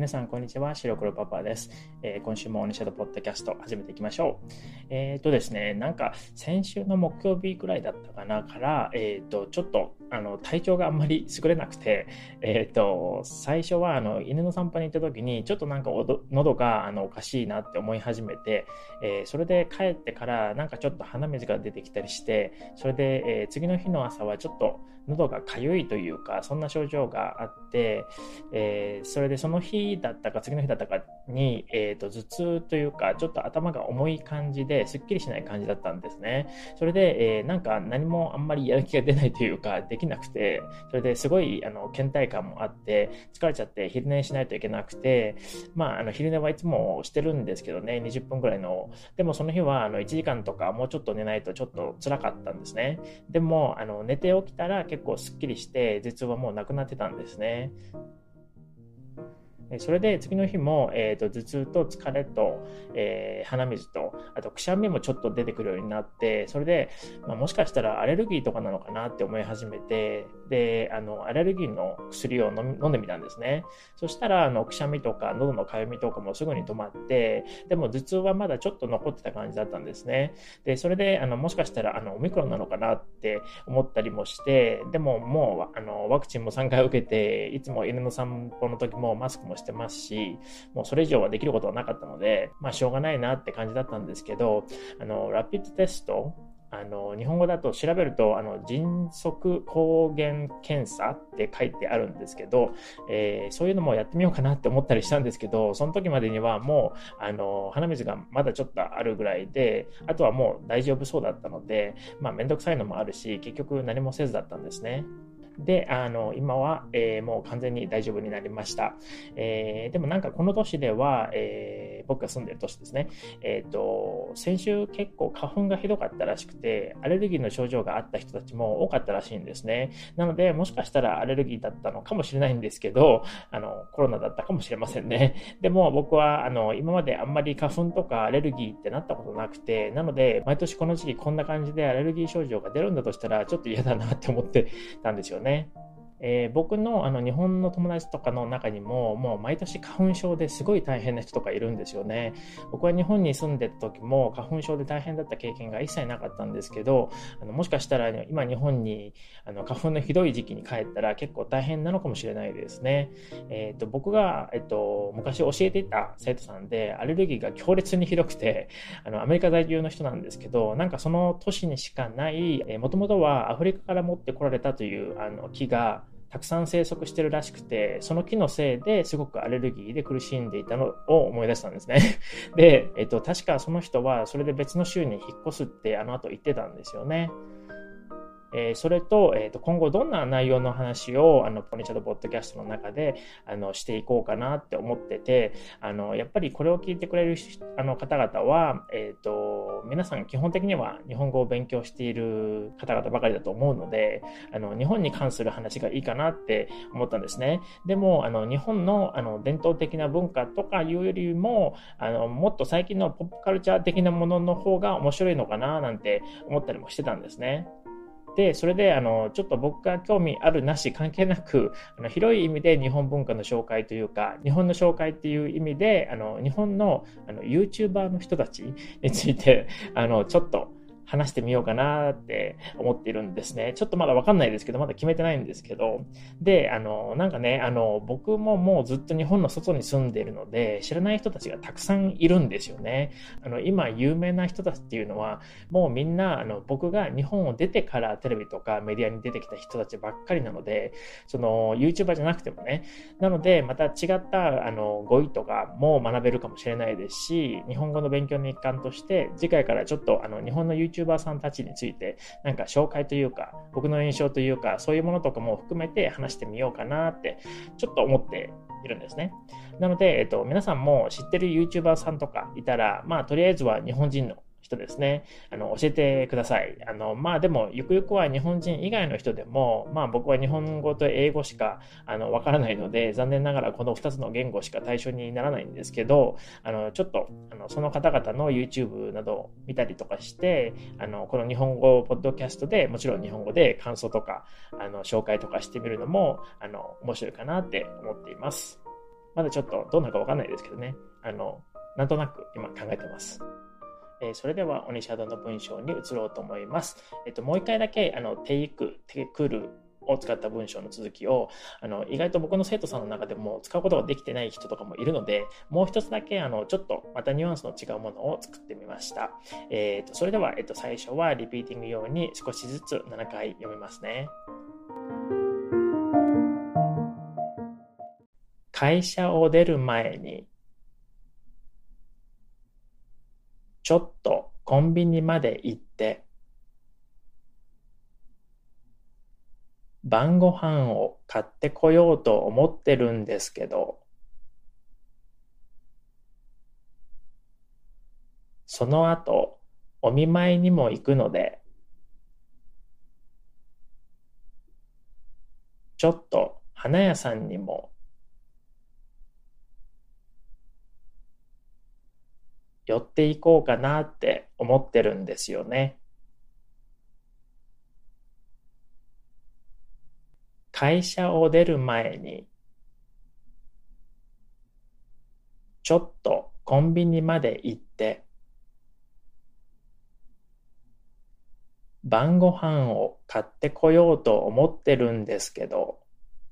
さんこんにちは、白黒パパです。今週もオニシャドポッドキャスト始めていきましょう。ですね、なんか先週の木曜日くらいだったかなから、ちょっと体調があんまり優れなくて、最初は犬の散歩に行った時にちょっとなんか喉がおかしいなって思い始めて、それで帰ってからなんかちょっと鼻水が出てきたりして、それで、次の日の朝はちょっと喉がかゆいというかそんな症状があって、それでその日だったか次の日だったかに、頭痛というかちょっと頭が重い感じですっきりしない感じだったんですね。それで、なんか何もあんまりやる気が出ないというかできなくて、それですごい倦怠感もあって疲れちゃって昼寝しないといけなくて、昼寝はいつもしてるんですけどね、20分くらいの。でもその日は1時間とかもうちょっと寝ないとちょっと辛かったんですね。でも寝て起きたら結構すっきりして頭痛はもうなくなってたんですね。それで次の日も、頭痛と疲れと、鼻水と、あとくしゃみもちょっと出てくるようになって、それで、もしかしたらアレルギーとかなのかなって思い始めて、で、アレルギーの薬を飲んでみたんですね。そしたら、くしゃみとか喉のかゆみとかもすぐに止まって、でも頭痛はまだちょっと残ってた感じだったんですね。で、それで、もしかしたら、オミクロンなのかなって思ったりもして、でももう、ワクチンも3回受けて、いつも犬の散歩の時もマスクもしてますし、もうそれ以上はできることはなかったので、しょうがないなって感じだったんですけど、ラピッドテスト、日本語だと調べると迅速抗原検査って書いてあるんですけど、そういうのもやってみようかなって思ったりしたんですけど、その時までにはもう鼻水がまだちょっとあるぐらいで、あとはもう大丈夫そうだったので、めんどくさいのもあるし、結局何もせずだったんですね。で、今は、もう完全に大丈夫になりました。でもなんかこの都市では、僕が住んでる都市ですね。先週結構花粉がひどかったらしくて、アレルギーの症状があった人たちも多かったらしいんですね。なので、もしかしたらアレルギーだったのかもしれないんですけど、コロナだったかもしれませんね。でも僕は、今まであんまり花粉とかアレルギーってなったことなくて、なので、毎年この時期こんな感じでアレルギー症状が出るんだとしたら、ちょっと嫌だなって思ってたんですよね。僕の日本の友達とかの中にももう毎年花粉症ですごい大変な人とかいるんですよね。僕は日本に住んでた時も花粉症で大変だった経験が一切なかったんですけど、もしかしたら今日本に花粉のひどい時期に帰ったら結構大変なのかもしれないですね。僕が、昔教えていた生徒さんでアレルギーが強烈にひどくて、アメリカ在住の人なんですけど、なんかその都市にしかない、もともとはアフリカから持ってこられたという木がたくさん生息してるらしくて、その木のせいですごくアレルギーで苦しんでいたのを思い出したんですね。で、確かその人はそれで別の州に引っ越すって後言ってたんですよね。それと、今後どんな内容の話をポニチャドポッドキャストの中でしていこうかなって思ってて、やっぱりこれを聞いてくれる方々は、皆さん基本的には日本語を勉強している方々ばかりだと思うので、日本に関する話がいいかなって思ったんですね。でも日本の伝統的な文化とかいうよりももっと最近のポップカルチャー的なものの方が面白いのかななんて思ったりもしてたんですね。で、それでちょっと僕が興味あるなし関係なく広い意味で日本文化の紹介というか、日本の紹介っていう意味で日本のYouTuber の人たちについてちょっと話してみようかなって思っているんですね。ちょっとまだわかんないですけど、まだ決めてないんですけど。で、なんかね、僕ももうずっと日本の外に住んでいるので、知らない人たちがたくさんいるんですよね。今有名な人たちっていうのは、もうみんな、僕が日本を出てからテレビとかメディアに出てきた人たちばっかりなので、YouTuber じゃなくてもね。なので、また違った語彙とかも学べるかもしれないですし、日本語の勉強の一環として、次回からちょっと日本のYouTuberさんたちについてなんか紹介というか、僕の印象というか、そういうものとかも含めて話してみようかなってちょっと思っているんですね。なので、皆さんも知ってる YouTuber さんとかいたら、とりあえずは日本人の人ですね、教えてください。でもゆくゆくは日本人以外の人でも、僕は日本語と英語しかわからないので、残念ながらこの2つの言語しか対象にならないんですけど、ちょっとその方々の YouTube などを見たりとかして、この日本語ポッドキャストでもちろん日本語で感想とか紹介とかしてみるのも面白いかなって思っています。 まだちょっとどうなるかわかんないですけどね。なんとなく今考えてます。それではオニシャドの文章に移ろうと思います。もう一回だけテイク、テクルを使った文章の続きを意外と僕の生徒さんの中でも使うことができてない人とかもいるので、もう一つだけちょっとまたニュアンスの違うものを作ってみました。それでは、最初はリピーティング用に少しずつ7回読みますね。会社を出る前にちょっとコンビニまで行って晩ご飯を買ってこようと思ってるんですけど、その後お見舞いにも行くので、ちょっと花屋さんにも寄っていこうかなって思ってるんですよね。会社を出る前にちょっとコンビニまで行って晩ご飯を買ってこようと思ってるんですけど、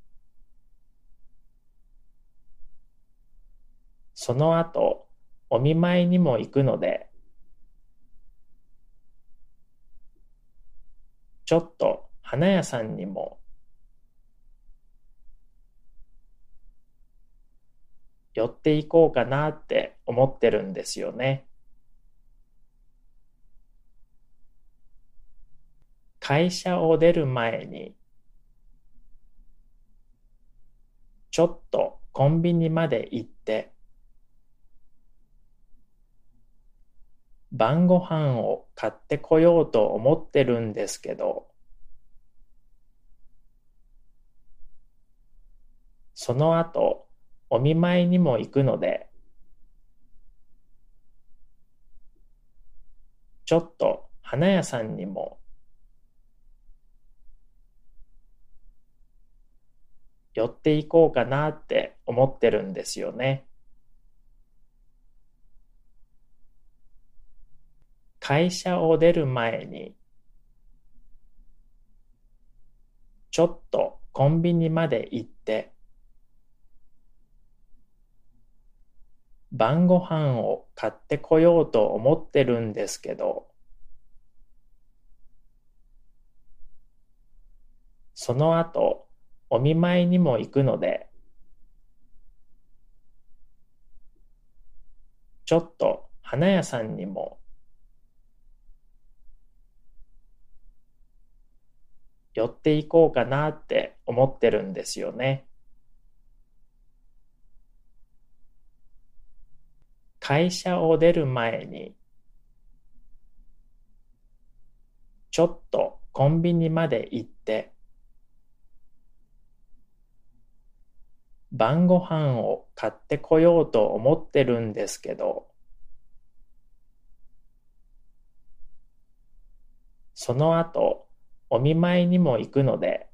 その後お見舞いにも行くので、ちょっと花屋さんにも寄っていこうかなって思ってるんですよね。会社を出る前にちょっとコンビニまで行って晩ご飯を買ってこようと思ってるんですけど、その後お見舞いにも行くので、ちょっと花屋さんにも寄っていこうかなって思ってるんですよね。会社を出る前にちょっとコンビニまで行って晩ご飯を買ってこようと思ってるんですけど、その後お見舞いにも行くので、ちょっと花屋さんにも寄っていこうかなって思ってるんですよね。会社を出る前にちょっとコンビニまで行って晩ご飯を買ってこようと思ってるんですけど、その後お見舞いにも行くので、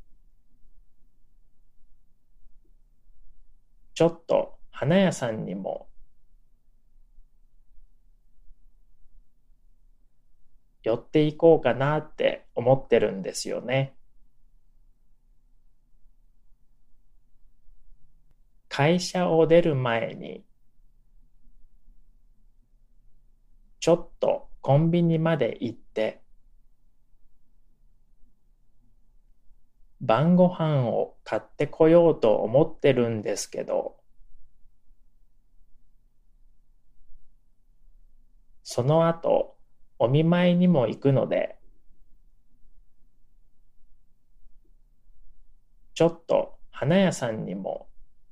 ちょっと花屋さんにも寄っていこうかなって思ってるんですよね。会社を出る前にちょっとコンビニまで行って晩ご飯を買ってこようと思ってるんですけど、その後お見舞いにも行くので、ちょっと花屋さんにも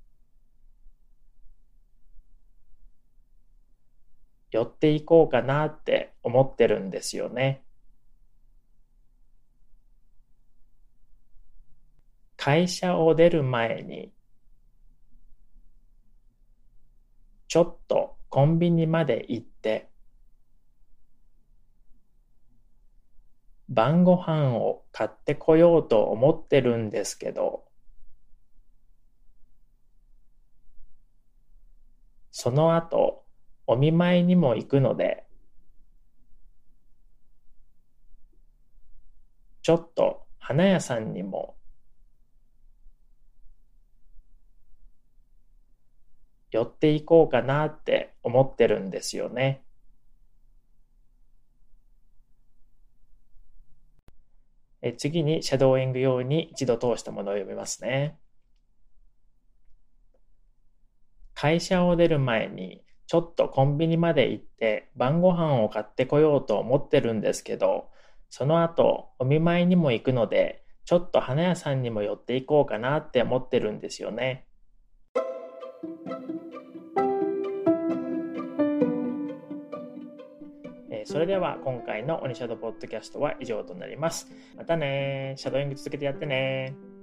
寄っていこうかなって思ってるんですよね。会社を出る前にちょっとコンビニまで行って晩ご飯を買ってこようと思ってるんですけど、 その後、お見舞いにも行くので、ちょっと花屋さんにも寄っていこうかなって思ってるんですよね。次にシャドーイング用に一度通したものを読みますね。会社を出る前にちょっとコンビニまで行って晩ご飯を買ってこようと思ってるんですけど、その後お見舞いにも行くので、ちょっと花屋さんにも寄っていこうかなって思ってるんですよね。それでは今回のオニシャドウポッドキャストは以上となります。またね。シャドーイング続けてやってね。